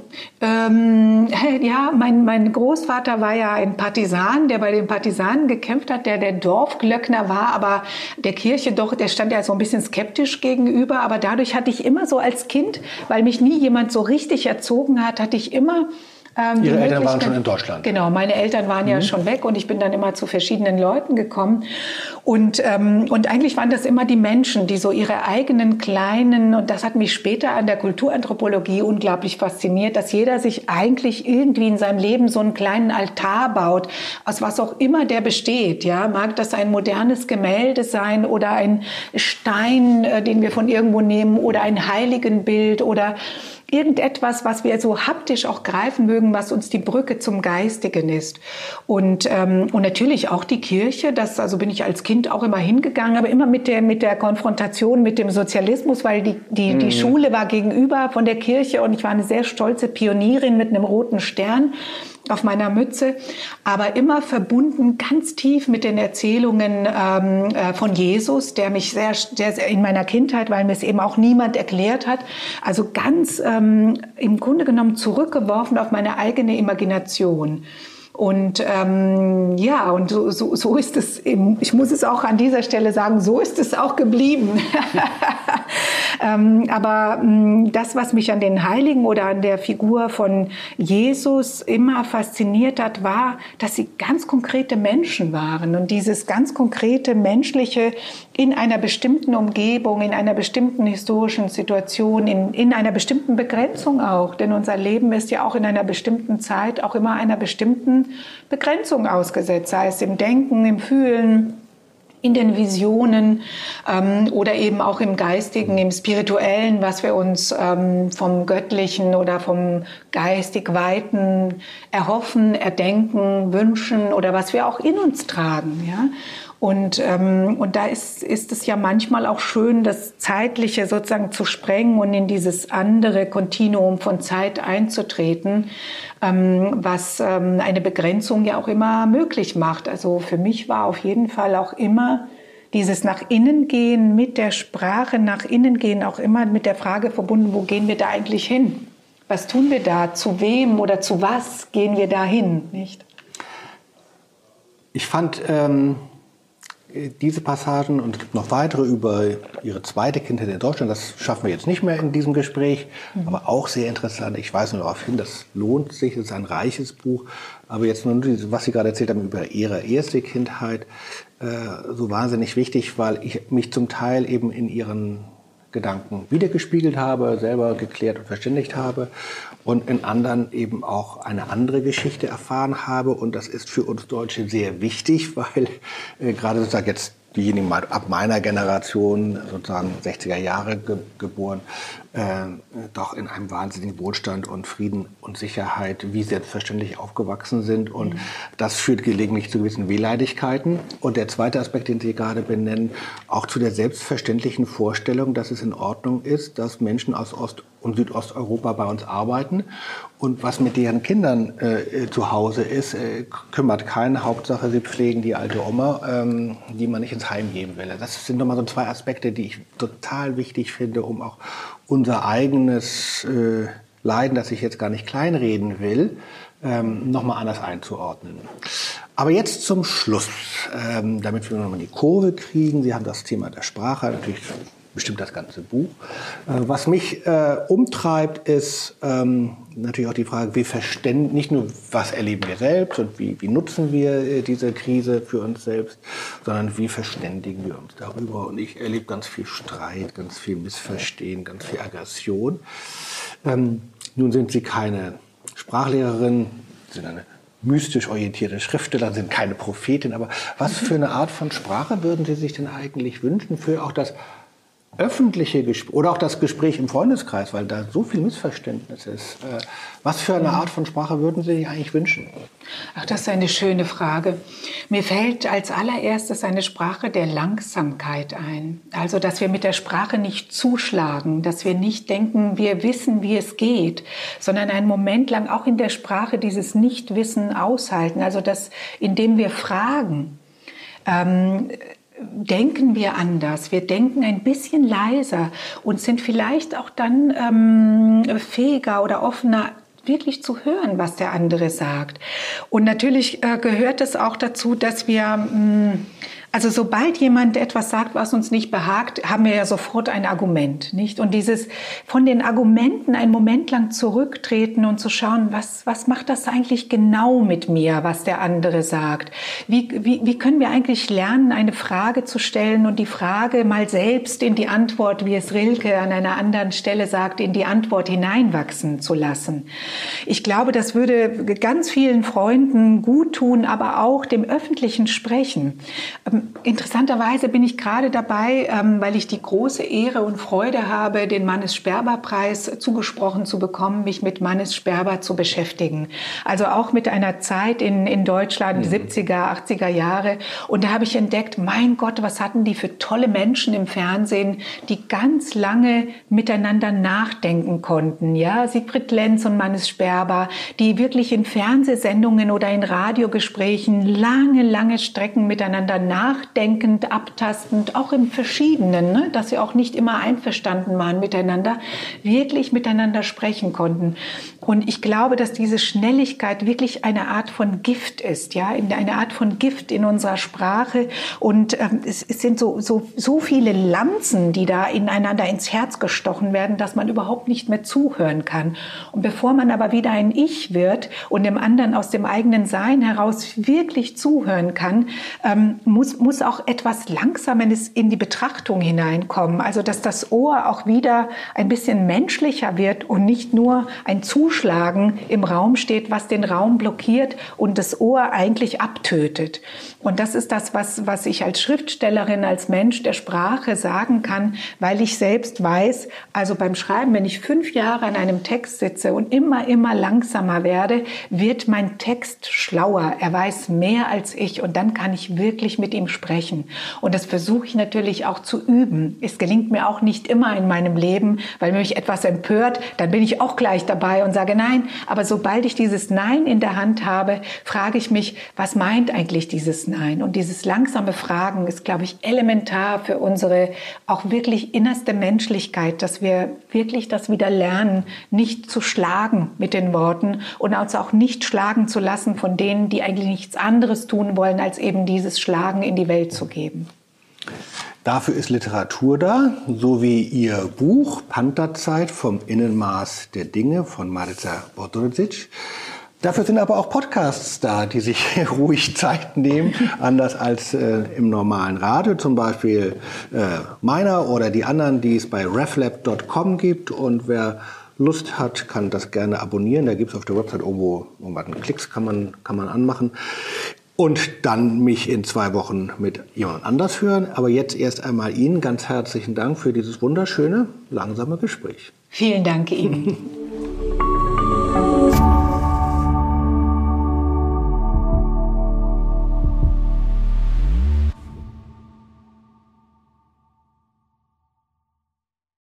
Ja, mein Großvater war ja ein Partisan, der bei den Partisanen gekämpft hat, der Dorfglöckner war, aber der Kirche der stand ja so ein bisschen skeptisch gegenüber. Aber dadurch hatte ich immer so als Kind, weil mich nie jemand so richtig erzogen hat, hatte ich immer Ihre Eltern waren schon in Deutschland? Genau, meine Eltern waren ja schon weg und ich bin dann immer zu verschiedenen Leuten gekommen. Und eigentlich waren das immer die Menschen, die so ihre eigenen kleinen, und das hat mich später an der Kulturanthropologie unglaublich fasziniert, dass jeder sich eigentlich irgendwie in seinem Leben so einen kleinen Altar baut, aus was auch immer der besteht. Ja? Mag das ein modernes Gemälde sein oder ein Stein, den wir von irgendwo nehmen, oder ein Heiligenbild oder irgendetwas, was wir so haptisch auch greifen mögen, was uns die Brücke zum Geistigen ist. Und natürlich auch die Kirche, also bin ich als Kind auch immer hingegangen, aber immer mit der Konfrontation mit dem Sozialismus, weil die Schule war gegenüber von der Kirche und ich war eine sehr stolze Pionierin mit einem roten Stern auf meiner Mütze, aber immer verbunden ganz tief mit den Erzählungen von Jesus, der mich sehr in meiner Kindheit, weil mir es eben auch niemand erklärt hat, also ganz im Grunde genommen zurückgeworfen auf meine eigene Imagination. Und und so ist es eben, ich muss es auch an dieser Stelle sagen, so ist es auch geblieben. Aber das, was mich an den Heiligen oder an der Figur von Jesus immer fasziniert hat, war, dass sie ganz konkrete Menschen waren. Und dieses ganz konkrete Menschliche in einer bestimmten Umgebung, in einer bestimmten historischen Situation, in einer bestimmten Begrenzung auch. Denn unser Leben ist ja auch in einer bestimmten Zeit auch immer einer bestimmten Begrenzung ausgesetzt, sei es im Denken, im Fühlen, in den Visionen oder eben auch im Geistigen, im Spirituellen, was wir uns vom Göttlichen oder vom geistig Weiten erhoffen, erdenken, wünschen oder was wir auch in uns tragen. Ja? Und da ist es ja manchmal auch schön, das Zeitliche sozusagen zu sprengen und in dieses andere Kontinuum von Zeit einzutreten, was eine Begrenzung ja auch immer möglich macht. Also für mich war auf jeden Fall auch immer dieses nach innen gehen, mit der Sprache nach innen gehen, auch immer mit der Frage verbunden, wo gehen wir da eigentlich hin? Was tun wir da? Zu wem oder zu was gehen wir da hin? Nicht? Ich fand diese Passagen, und es gibt noch weitere über Ihre zweite Kindheit in Deutschland, das schaffen wir jetzt nicht mehr in diesem Gespräch, aber auch sehr interessant. Ich weise nur darauf hin, das lohnt sich, es ist ein reiches Buch. Aber jetzt nur, was Sie gerade erzählt haben über Ihre erste Kindheit, so wahnsinnig wichtig, weil ich mich zum Teil eben in Ihren Gedanken wiedergespiegelt habe, selber geklärt und verständigt habe und in anderen eben auch eine andere Geschichte erfahren habe. Und das ist für uns Deutsche sehr wichtig, weil gerade sozusagen jetzt diejenigen ab meiner Generation, sozusagen 60er Jahre geboren, doch in einem wahnsinnigen Wohlstand und Frieden und Sicherheit wie selbstverständlich aufgewachsen sind. Und das führt gelegentlich zu gewissen Wehleidigkeiten. Und der zweite Aspekt, den Sie gerade benennen, auch zu der selbstverständlichen Vorstellung, dass es in Ordnung ist, dass Menschen aus Ost- und Südosteuropa bei uns arbeiten. Und was mit deren Kindern zu Hause ist, kümmert keinen. Hauptsache, sie pflegen die alte Oma, die man nicht ins Heim geben will. Das sind nochmal so zwei Aspekte, die ich total wichtig finde, um auch unser eigenes Leiden, das ich jetzt gar nicht kleinreden will, nochmal anders einzuordnen. Aber jetzt zum Schluss, damit wir nochmal die Kurve kriegen. Sie haben das Thema der Sprache, natürlich bestimmt das ganze Buch. Was mich umtreibt, ist natürlich auch die Frage, nicht nur, was erleben wir selbst und wie nutzen wir diese Krise für uns selbst, sondern wie verständigen wir uns darüber. Und ich erlebe ganz viel Streit, ganz viel Missverstehen, ganz viel Aggression. Nun sind Sie keine Sprachlehrerin, Sie sind eine mystisch orientierte Schriftsteller, sind keine Prophetin, aber was für eine Art von Sprache würden Sie sich denn eigentlich wünschen für auch das öffentliche Gespräch oder auch das Gespräch im Freundeskreis, weil da so viel Missverständnis ist. Was für eine Art von Sprache würden Sie sich eigentlich wünschen? Ach, das ist eine schöne Frage. Mir fällt als allererstes eine Sprache der Langsamkeit ein. Also, dass wir mit der Sprache nicht zuschlagen, dass wir nicht denken, wir wissen, wie es geht, sondern einen Moment lang auch in der Sprache dieses Nichtwissen aushalten. Also, dass, indem wir fragen, denken wir anders, wir denken ein bisschen leiser und sind vielleicht auch dann fähiger oder offener, wirklich zu hören, was der andere sagt. Und natürlich gehört es auch dazu, dass wir Also sobald jemand etwas sagt, was uns nicht behagt, haben wir ja sofort ein Argument, nicht? Und dieses von den Argumenten einen Moment lang zurücktreten und zu schauen, was macht das eigentlich genau mit mir, was der andere sagt? Wie können wir eigentlich lernen, eine Frage zu stellen und die Frage mal selbst in die Antwort, wie es Rilke an einer anderen Stelle sagt, in die Antwort hineinwachsen zu lassen? Ich glaube, das würde ganz vielen Freunden gut tun, aber auch dem öffentlichen Sprechen. Interessanterweise bin ich gerade dabei, weil ich die große Ehre und Freude habe, den Mannes-Sperber-Preis zugesprochen zu bekommen, mich mit Mannes Sperber zu beschäftigen. Also auch mit einer Zeit in Deutschland, 70er, 80er Jahre. Und da habe ich entdeckt, mein Gott, was hatten die für tolle Menschen im Fernsehen, die ganz lange miteinander nachdenken konnten. Ja, Siegfried Lenz und Mannes Sperber, die wirklich in Fernsehsendungen oder in Radiogesprächen lange Strecken miteinander nachdenkend, abtastend, auch im Verschiedenen, ne? Dass sie auch nicht immer einverstanden waren miteinander, wirklich miteinander sprechen konnten. Und ich glaube, dass diese Schnelligkeit wirklich eine Art von Gift ist, ja, eine Art von Gift in unserer Sprache. Und es sind so viele Lanzen, die da ineinander ins Herz gestochen werden, dass man überhaupt nicht mehr zuhören kann. Und bevor man aber wieder ein Ich wird und dem anderen aus dem eigenen Sein heraus wirklich zuhören kann, muss auch etwas Langsames in die Betrachtung hineinkommen. Also dass das Ohr auch wieder ein bisschen menschlicher wird und nicht nur ein Zuschlagen im Raum steht, was den Raum blockiert und das Ohr eigentlich abtötet. Und das ist das, was ich als Schriftstellerin, als Mensch der Sprache sagen kann, weil ich selbst weiß, also beim Schreiben, wenn ich 5 Jahre an einem Text sitze und immer langsamer werde, wird mein Text schlauer. Er weiß mehr als ich und dann kann ich wirklich mit ihm sprechen. Und das versuche ich natürlich auch zu üben. Es gelingt mir auch nicht immer in meinem Leben, weil mich etwas empört, dann bin ich auch gleich dabei und sage Nein. Aber sobald ich dieses Nein in der Hand habe, frage ich mich, was meint eigentlich dieses Nein? Und dieses langsame Fragen ist, glaube ich, elementar für unsere auch wirklich innerste Menschlichkeit, dass wir wirklich das wieder lernen, nicht zu schlagen mit den Worten und uns auch nicht schlagen zu lassen von denen, die eigentlich nichts anderes tun wollen, als eben dieses Schlagen in die Welt zu geben. Dafür ist Literatur da, so wie Ihr Buch Pantherzeit vom Innenmaß der Dinge von Marica Bodrožić. Dafür sind aber auch Podcasts da, die sich ruhig Zeit nehmen, anders als im normalen Radio, zum Beispiel meiner oder die anderen, die es bei reflab.com gibt. Und wer Lust hat, kann das gerne abonnieren. Da gibt es auf der Website irgendwo einen Klicks, kann man anmachen. Und dann mich in 2 Wochen mit jemand anders hören. Aber jetzt erst einmal Ihnen ganz herzlichen Dank für dieses wunderschöne, langsame Gespräch. Vielen Dank Ihnen.